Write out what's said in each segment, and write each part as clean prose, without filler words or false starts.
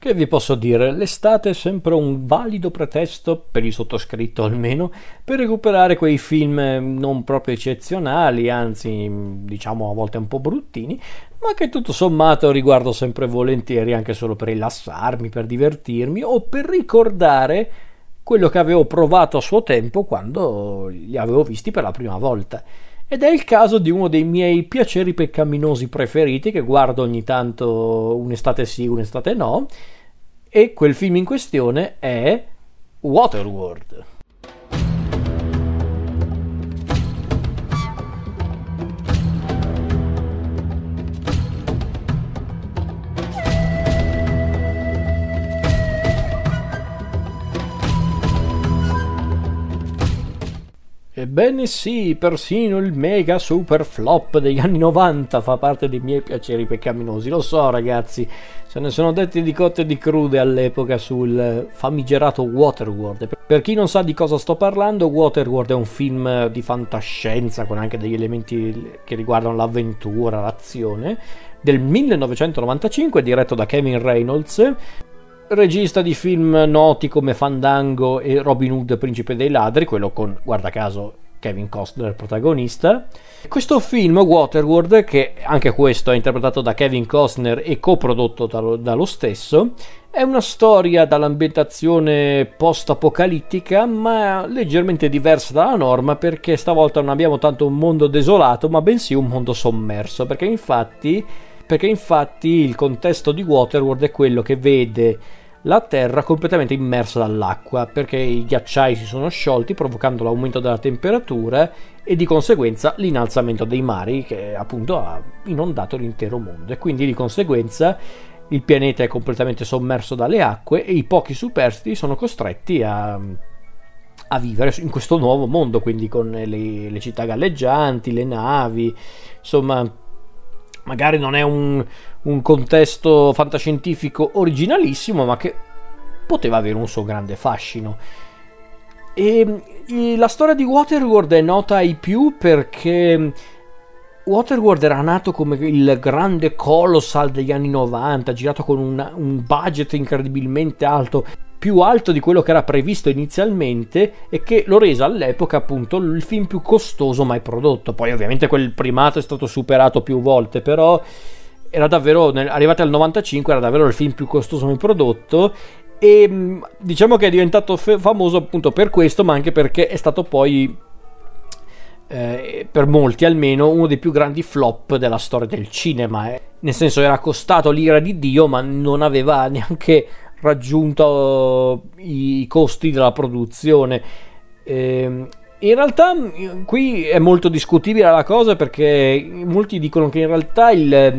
Che vi posso dire? L'estate è sempre un valido pretesto, per il sottoscritto almeno, per recuperare quei film non proprio eccezionali, anzi diciamo a volte un po' bruttini, ma che tutto sommato riguardo sempre volentieri anche solo per rilassarmi, per divertirmi o per ricordare quello che avevo provato a suo tempo quando li avevo visti per la prima volta. Ed è il caso di uno dei miei piaceri peccaminosi preferiti, che guardo ogni tanto un'estate sì, un'estate no, e quel film in questione è Waterworld. Ebbene sì, persino il mega super flop degli anni 90 fa parte dei miei piaceri peccaminosi. Lo so ragazzi, se ne sono detti di cotte e di crude all'epoca sul famigerato Waterworld. Per chi non sa di cosa sto parlando, Waterworld è un film di fantascienza con anche degli elementi che riguardano l'avventura, l'azione, del 1995, diretto da Kevin Reynolds, regista di film noti come Fandango e Robin Hood, Principe dei Ladri, quello con, guarda caso, Kevin Costner protagonista. Questo film, Waterworld, che anche questo è interpretato da Kevin Costner e coprodotto dallo stesso, è una storia dall'ambientazione post-apocalittica, ma leggermente diversa dalla norma, perché stavolta non abbiamo tanto un mondo desolato, ma bensì un mondo sommerso, perché infatti il contesto di Waterworld è quello che vede la Terra completamente immersa dall'acqua, perché i ghiacciai si sono sciolti provocando l'aumento della temperatura e di conseguenza l'innalzamento dei mari, che appunto ha inondato l'intero mondo, e quindi di conseguenza il pianeta è completamente sommerso dalle acque e i pochi superstiti sono costretti a vivere in questo nuovo mondo, quindi con le città galleggianti, le navi, insomma. Magari non è un contesto fantascientifico originalissimo, ma che poteva avere un suo grande fascino. E la storia di Waterworld è nota ai più perché Waterworld era nato come il grande colossal degli anni 90, girato con un budget incredibilmente alto, più alto di quello che era previsto inizialmente, e che lo rese all'epoca appunto il film più costoso mai prodotto. Poi ovviamente quel primato è stato superato più volte, però era davvero, arrivati al 95, era davvero il film più costoso mai prodotto, e diciamo che è diventato famoso appunto per questo, ma anche perché è stato poi per molti almeno uno dei più grandi flop della storia del cinema, nel senso era costato l'ira di Dio, ma non aveva neanche raggiunto i costi della produzione. In realtà qui è molto discutibile la cosa, perché molti dicono che in realtà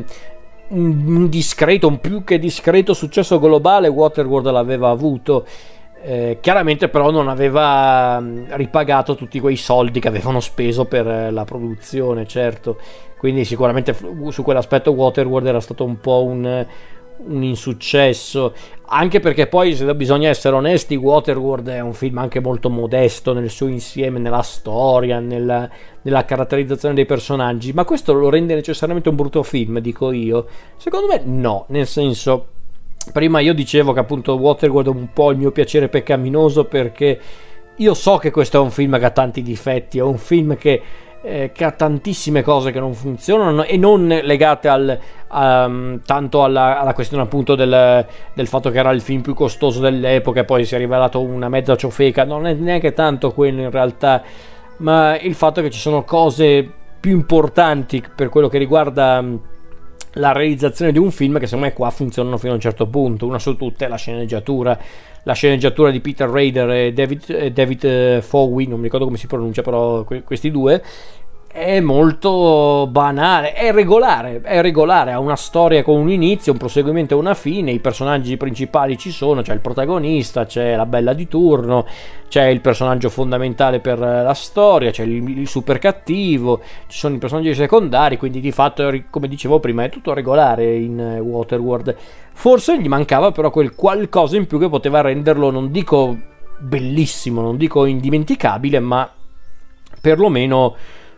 un discreto, un più che discreto successo globale Waterworld l'aveva avuto. Chiaramente però non aveva ripagato tutti quei soldi che avevano speso per la produzione, certo, quindi sicuramente su quell'aspetto Waterworld era stato un po' un insuccesso, anche perché poi, se bisogna essere onesti, Waterworld è un film anche molto modesto nel suo insieme, nella storia, nella caratterizzazione dei personaggi, ma questo lo rende necessariamente un brutto film, dico io? Secondo me no, nel senso, prima io dicevo che appunto Waterworld è un po' il mio piacere peccaminoso, perché io so che questo è un film che ha tanti difetti, è un film che ha tantissime cose che non funzionano, e non legate tanto alla questione appunto del fatto che era il film più costoso dell'epoca e poi si è rivelato una mezza ciofeca. Non è neanche tanto quello in realtà, ma il fatto che ci sono cose più importanti per quello che riguarda la realizzazione di un film, che secondo me qua funzionano fino a un certo punto. Una su tutte è la sceneggiatura di Peter Rader e David Fowie, non mi ricordo come si pronuncia, però questi due, è molto banale, è regolare, ha una storia con un inizio, un proseguimento e una fine. I personaggi principali ci sono, c'è il protagonista, c'è la bella di turno, c'è il personaggio fondamentale per la storia, c'è il super cattivo, ci sono i personaggi secondari, quindi di fatto, come dicevo prima, è tutto regolare in Waterworld. Forse gli mancava però quel qualcosa in più che poteva renderlo, non dico bellissimo, non dico indimenticabile, ma perlomeno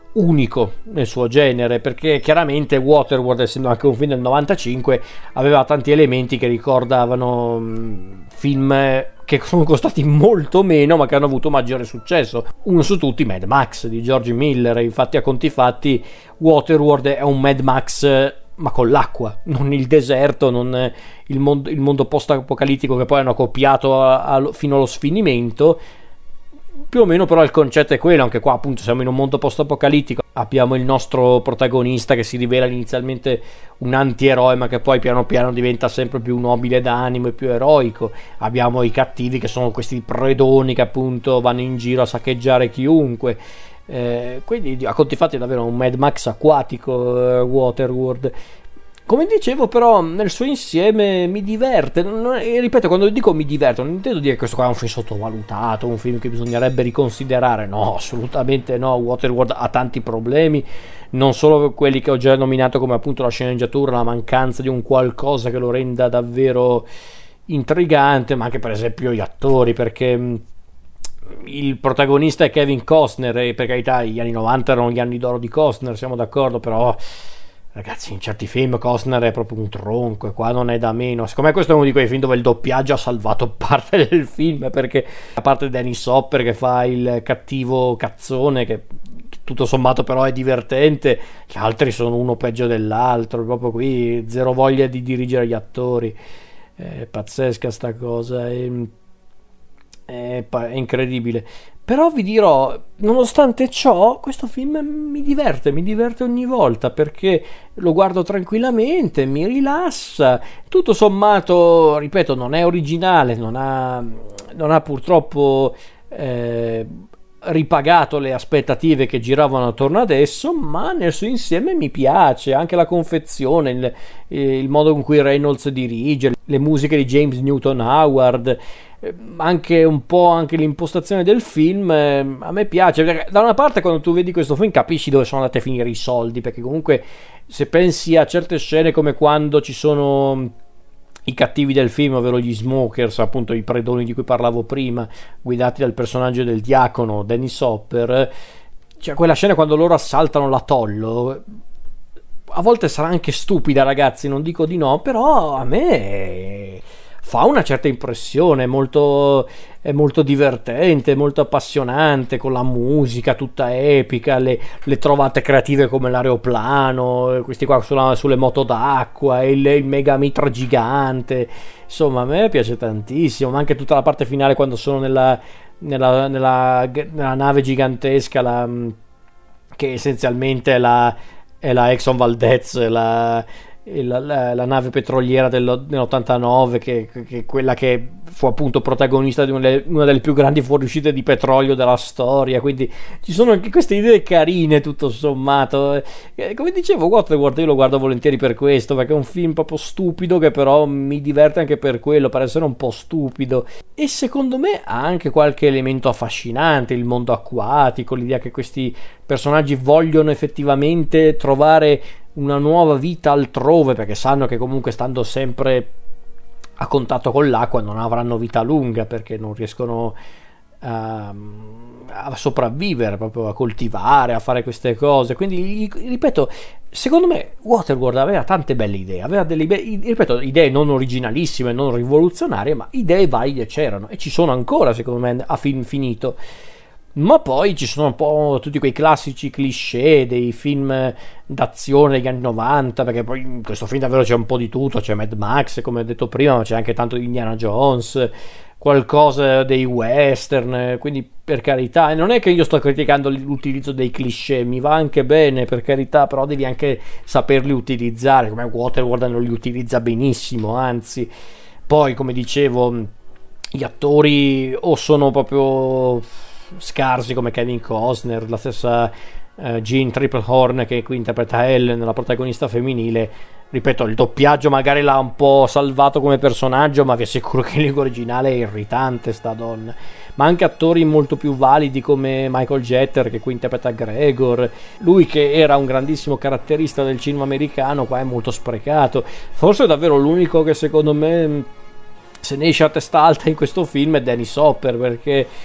unico nel suo genere, perché chiaramente Waterworld, essendo anche un film del 95, aveva tanti elementi che ricordavano film che sono costati molto meno ma che hanno avuto maggiore successo. Uno su tutti, Mad Max di George Miller. Infatti, a conti fatti, Waterworld è un Mad Max ma con l'acqua, non il deserto, non il mondo post-apocalittico che poi hanno copiato fino allo sfinimento. Più o meno però il concetto è quello. Anche qua appunto siamo in un mondo post-apocalittico, abbiamo il nostro protagonista che si rivela inizialmente un antieroe ma che poi piano piano diventa sempre più nobile d'animo e più eroico. Abbiamo i cattivi che sono questi predoni che appunto vanno in giro a saccheggiare chiunque. Quindi a conti fatti è davvero un Mad Max acquatico, Waterworld. Come dicevo, però, nel suo insieme mi diverte. E ripeto, quando dico mi diverte, non intendo dire che questo qua è un film sottovalutato, un film che bisognerebbe riconsiderare. No, assolutamente no. Waterworld ha tanti problemi, non solo quelli che ho già nominato, come appunto la sceneggiatura, la mancanza di un qualcosa che lo renda davvero intrigante, ma anche per esempio gli attori, perché il protagonista è Kevin Costner, e per carità gli anni 90 erano gli anni d'oro di Costner, siamo d'accordo, però ragazzi, in certi film Costner è proprio un tronco e qua non è da meno. Secondo me questo è uno di quei film dove il doppiaggio ha salvato parte del film, perché a parte Dennis Hopper che fa il cattivo cazzone, che tutto sommato però è divertente, gli altri sono uno peggio dell'altro, proprio qui zero voglia di dirigere gli attori. È pazzesca sta cosa, è incredibile. Però vi dirò, nonostante ciò, questo film mi diverte ogni volta, perché lo guardo tranquillamente, mi rilassa. Tutto sommato, ripeto, non è originale, non ha purtroppo ripagato le aspettative che giravano attorno ad esso, ma nel suo insieme mi piace anche la confezione, il modo in cui Reynolds dirige, le musiche di James Newton Howard, anche un po' anche l'impostazione del film. A me piace, perché da una parte quando tu vedi questo film capisci dove sono andati a finire i soldi, perché comunque se pensi a certe scene come quando ci sono i cattivi del film, ovvero gli smokers, appunto i predoni di cui parlavo prima, guidati dal personaggio del diacono Dennis Hopper, cioè quella scena quando loro assaltano l'atollo, a volte sarà anche stupida, ragazzi, non dico di no, però a me fa una certa impressione, è molto divertente, molto appassionante, con la musica tutta epica, le trovate creative come l'aeroplano, questi qua sulle moto d'acqua, il mega mitra gigante. Insomma, a me piace tantissimo, ma anche tutta la parte finale quando sono nella nave gigantesca, che essenzialmente è la Exxon Valdez, la nave petroliera nell'89, che è quella che fu appunto protagonista di una delle più grandi fuoriuscite di petrolio della storia. Quindi ci sono anche queste idee carine tutto sommato. Come dicevo, Waterworld io lo guardo volentieri per questo, perché è un film proprio stupido che però mi diverte anche per quello, per essere un po' stupido, e secondo me ha anche qualche elemento affascinante, il mondo acquatico, l'idea che questi personaggi vogliono effettivamente trovare una nuova vita altrove, perché sanno che comunque stando sempre a contatto con l'acqua non avranno vita lunga, perché non riescono a sopravvivere, proprio a coltivare, a fare queste cose. Quindi ripeto, secondo me Waterworld aveva tante belle idee, aveva delle ripeto, idee non originalissime, non rivoluzionarie, ma idee valide c'erano e ci sono ancora, secondo me, a film finito. Ma poi ci sono un po' tutti quei classici cliché dei film d'azione degli anni 90, perché poi in questo film davvero c'è un po' di tutto, c'è Mad Max come ho detto prima, ma c'è anche tanto di Indiana Jones, qualcosa dei western, quindi per carità, e non è che io sto criticando l'utilizzo dei cliché, mi va anche bene, per carità, però devi anche saperli utilizzare, come Waterworld non li utilizza benissimo, anzi. Poi, come dicevo, gli attori o sono proprio scarsi come Kevin Costner, la stessa Jean Triplehorn che qui interpreta Ellen, la protagonista femminile. Ripeto, il doppiaggio magari l'ha un po' salvato come personaggio, ma vi assicuro che in lingua originale è irritante sta donna. Ma anche attori molto più validi come Michael Jeter, che qui interpreta Gregor, lui che era un grandissimo caratterista del cinema americano, qua è molto sprecato. Forse è davvero l'unico che secondo me se ne esce a testa alta in questo film è Dennis Hopper, perché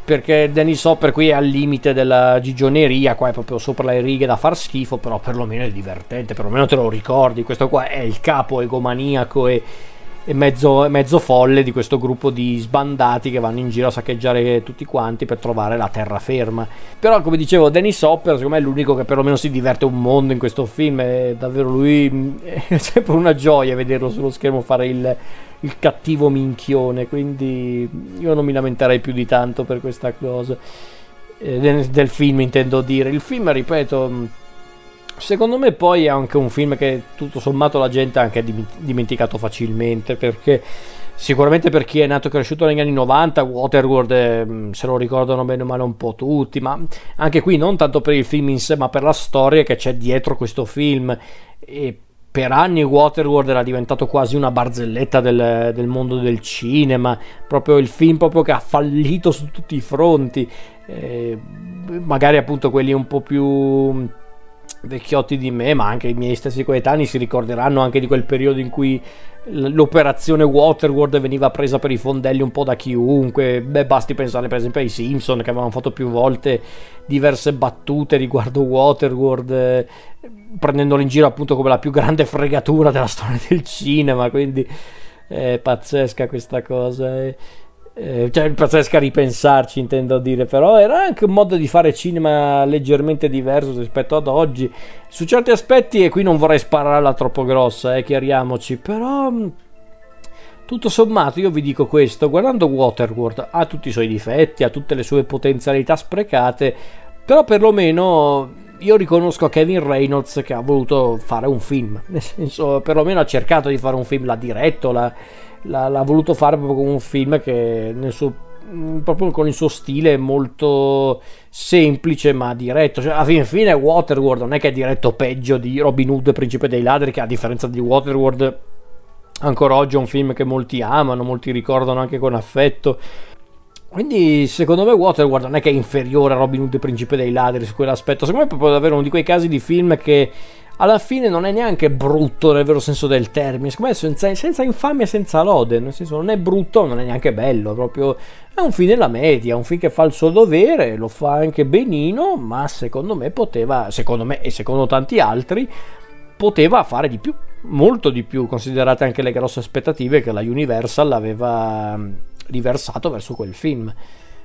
perché Dennis Hopper qui è al limite della gigioneria, qua è proprio sopra le righe da far schifo, però perlomeno è divertente, perlomeno te lo ricordi. Questo qua è il capo egomaniaco e mezzo folle di questo gruppo di sbandati che vanno in giro a saccheggiare tutti quanti per trovare la terraferma. Però, come dicevo, Dennis Hopper secondo me è l'unico che perlomeno si diverte un mondo in questo film, è davvero lui, è sempre una gioia vederlo sullo schermo fare il cattivo minchione, quindi io non mi lamenterei più di tanto per questa cosa, del film intendo dire. Il film, ripeto, secondo me poi è anche un film che tutto sommato la gente ha anche dimenticato facilmente, perché sicuramente per chi è nato e cresciuto negli anni 90 Waterworld se lo ricordano bene o male un po' tutti, ma anche qui non tanto per il film in sé ma per la storia che c'è dietro questo film. E per anni Waterworld era diventato quasi una barzelletta del mondo del cinema, proprio il film proprio che ha fallito su tutti i fronti, magari appunto quelli un po' più vecchiotti di me, ma anche i miei stessi coetanei si ricorderanno anche di quel periodo in cui l'operazione Waterworld veniva presa per i fondelli un po' da chiunque. Basti pensare per esempio ai Simpson, che avevano fatto più volte diverse battute riguardo Waterworld, prendendolo in giro appunto come la più grande fregatura della storia del cinema, quindi è pazzesca questa cosa. Cioè, pazzesca ripensarci, intendo dire, però era anche un modo di fare cinema leggermente diverso rispetto ad oggi su certi aspetti, e qui non vorrei spararla troppo grossa, chiariamoci, però tutto sommato io vi dico questo: guardando Waterworld ha tutti i suoi difetti, ha tutte le sue potenzialità sprecate, però perlomeno io riconosco a Kevin Reynolds che ha voluto fare un film, nel senso, perlomeno ha cercato di fare un film, l'ha diretto, l'ha voluto fare proprio come un film che proprio con il suo stile molto semplice ma diretto. Cioè, alla fine Waterworld non è che è diretto peggio di Robin Hood, Principe dei Ladri, che a differenza di Waterworld ancora oggi è un film che molti amano, molti ricordano anche con affetto. Quindi secondo me Waterworld non è che è inferiore a Robin Hood e Principe dei Ladri su quell'aspetto. Secondo me è proprio davvero uno di quei casi di film che alla fine non è neanche brutto nel vero senso del termine. Secondo me senza infamia e senza lode, nel senso, non è brutto, non è neanche bello, proprio è un film nella media, un film che fa il suo dovere, lo fa anche benino, ma secondo me e secondo tanti altri poteva fare di più, molto di più, considerate anche le grosse aspettative che la Universal aveva riversato verso quel film.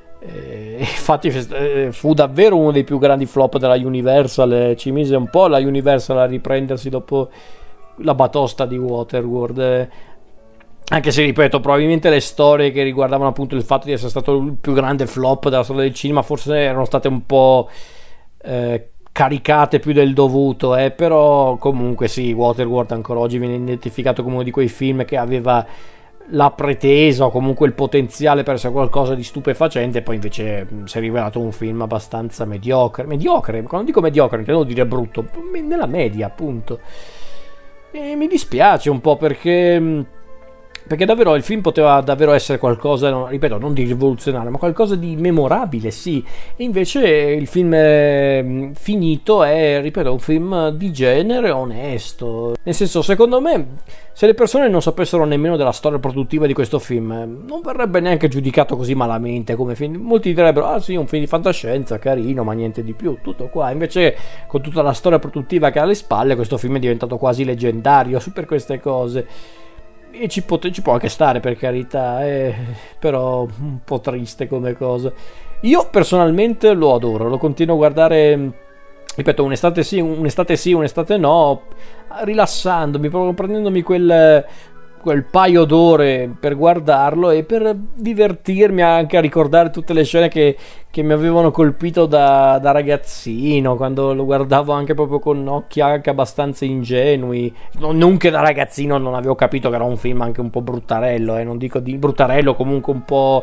Infatti fu davvero uno dei più grandi flop della Universal, ci mise un po' la Universal a riprendersi dopo la batosta di Waterworld, anche se, ripeto, probabilmente le storie che riguardavano appunto il fatto di essere stato il più grande flop della storia del cinema forse erano state un po' caricate più del dovuto, però comunque sì, Waterworld ancora oggi viene identificato come uno di quei film che aveva la pretesa o comunque il potenziale per essere qualcosa di stupefacente, e poi invece si è rivelato un film abbastanza mediocre, quando dico mediocre intendo dire brutto, nella media appunto, e mi dispiace un po' perché davvero il film poteva davvero essere qualcosa, ripeto, non di rivoluzionario, ma qualcosa di memorabile, sì. E invece il film finito è, ripeto, un film di genere onesto. Nel senso, secondo me, se le persone non sapessero nemmeno della storia produttiva di questo film, non verrebbe neanche giudicato così malamente come film. Molti direbbero, ah sì, un film di fantascienza, carino, ma niente di più, tutto qua. Invece, con tutta la storia produttiva che ha alle spalle, questo film è diventato quasi leggendario per queste cose. E ci può anche stare, per carità, però un po' triste come cosa. Io personalmente lo adoro, lo continuo a guardare, ripeto, un'estate sì, un'estate no, rilassandomi, proprio prendendomi quel paio d'ore per guardarlo e per divertirmi, anche a ricordare tutte le scene che mi avevano colpito da ragazzino, quando lo guardavo anche proprio con occhi anche abbastanza ingenui. Non che da ragazzino non avevo capito che era un film anche un po' bruttarello, non dico di bruttarello, comunque un po'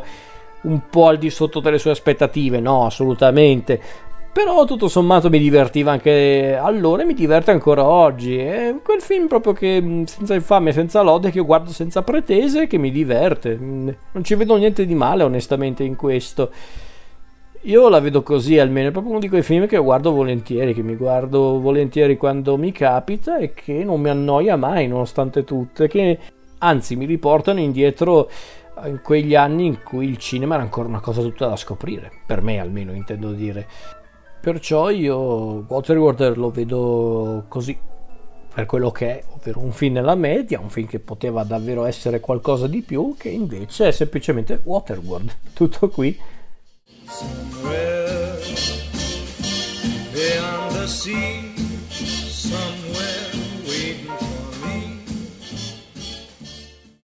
al di sotto delle sue aspettative, no, assolutamente. Però tutto sommato mi divertiva anche allora e mi diverte ancora oggi. È quel film proprio che senza infamia e senza lode, che io guardo senza pretese, che mi diverte. Non ci vedo niente di male onestamente in questo. Io la vedo così, almeno è proprio uno di quei film che guardo volentieri, che mi guardo volentieri quando mi capita e che non mi annoia mai nonostante tutto, che anzi mi riportano indietro in quegli anni in cui il cinema era ancora una cosa tutta da scoprire, per me almeno intendo dire. Perciò io Waterworld lo vedo così, per quello che è, ovvero un film nella media, un film che poteva davvero essere qualcosa di più, che invece è semplicemente Waterworld, tutto qui. Somewhere beyond the sea, somewhere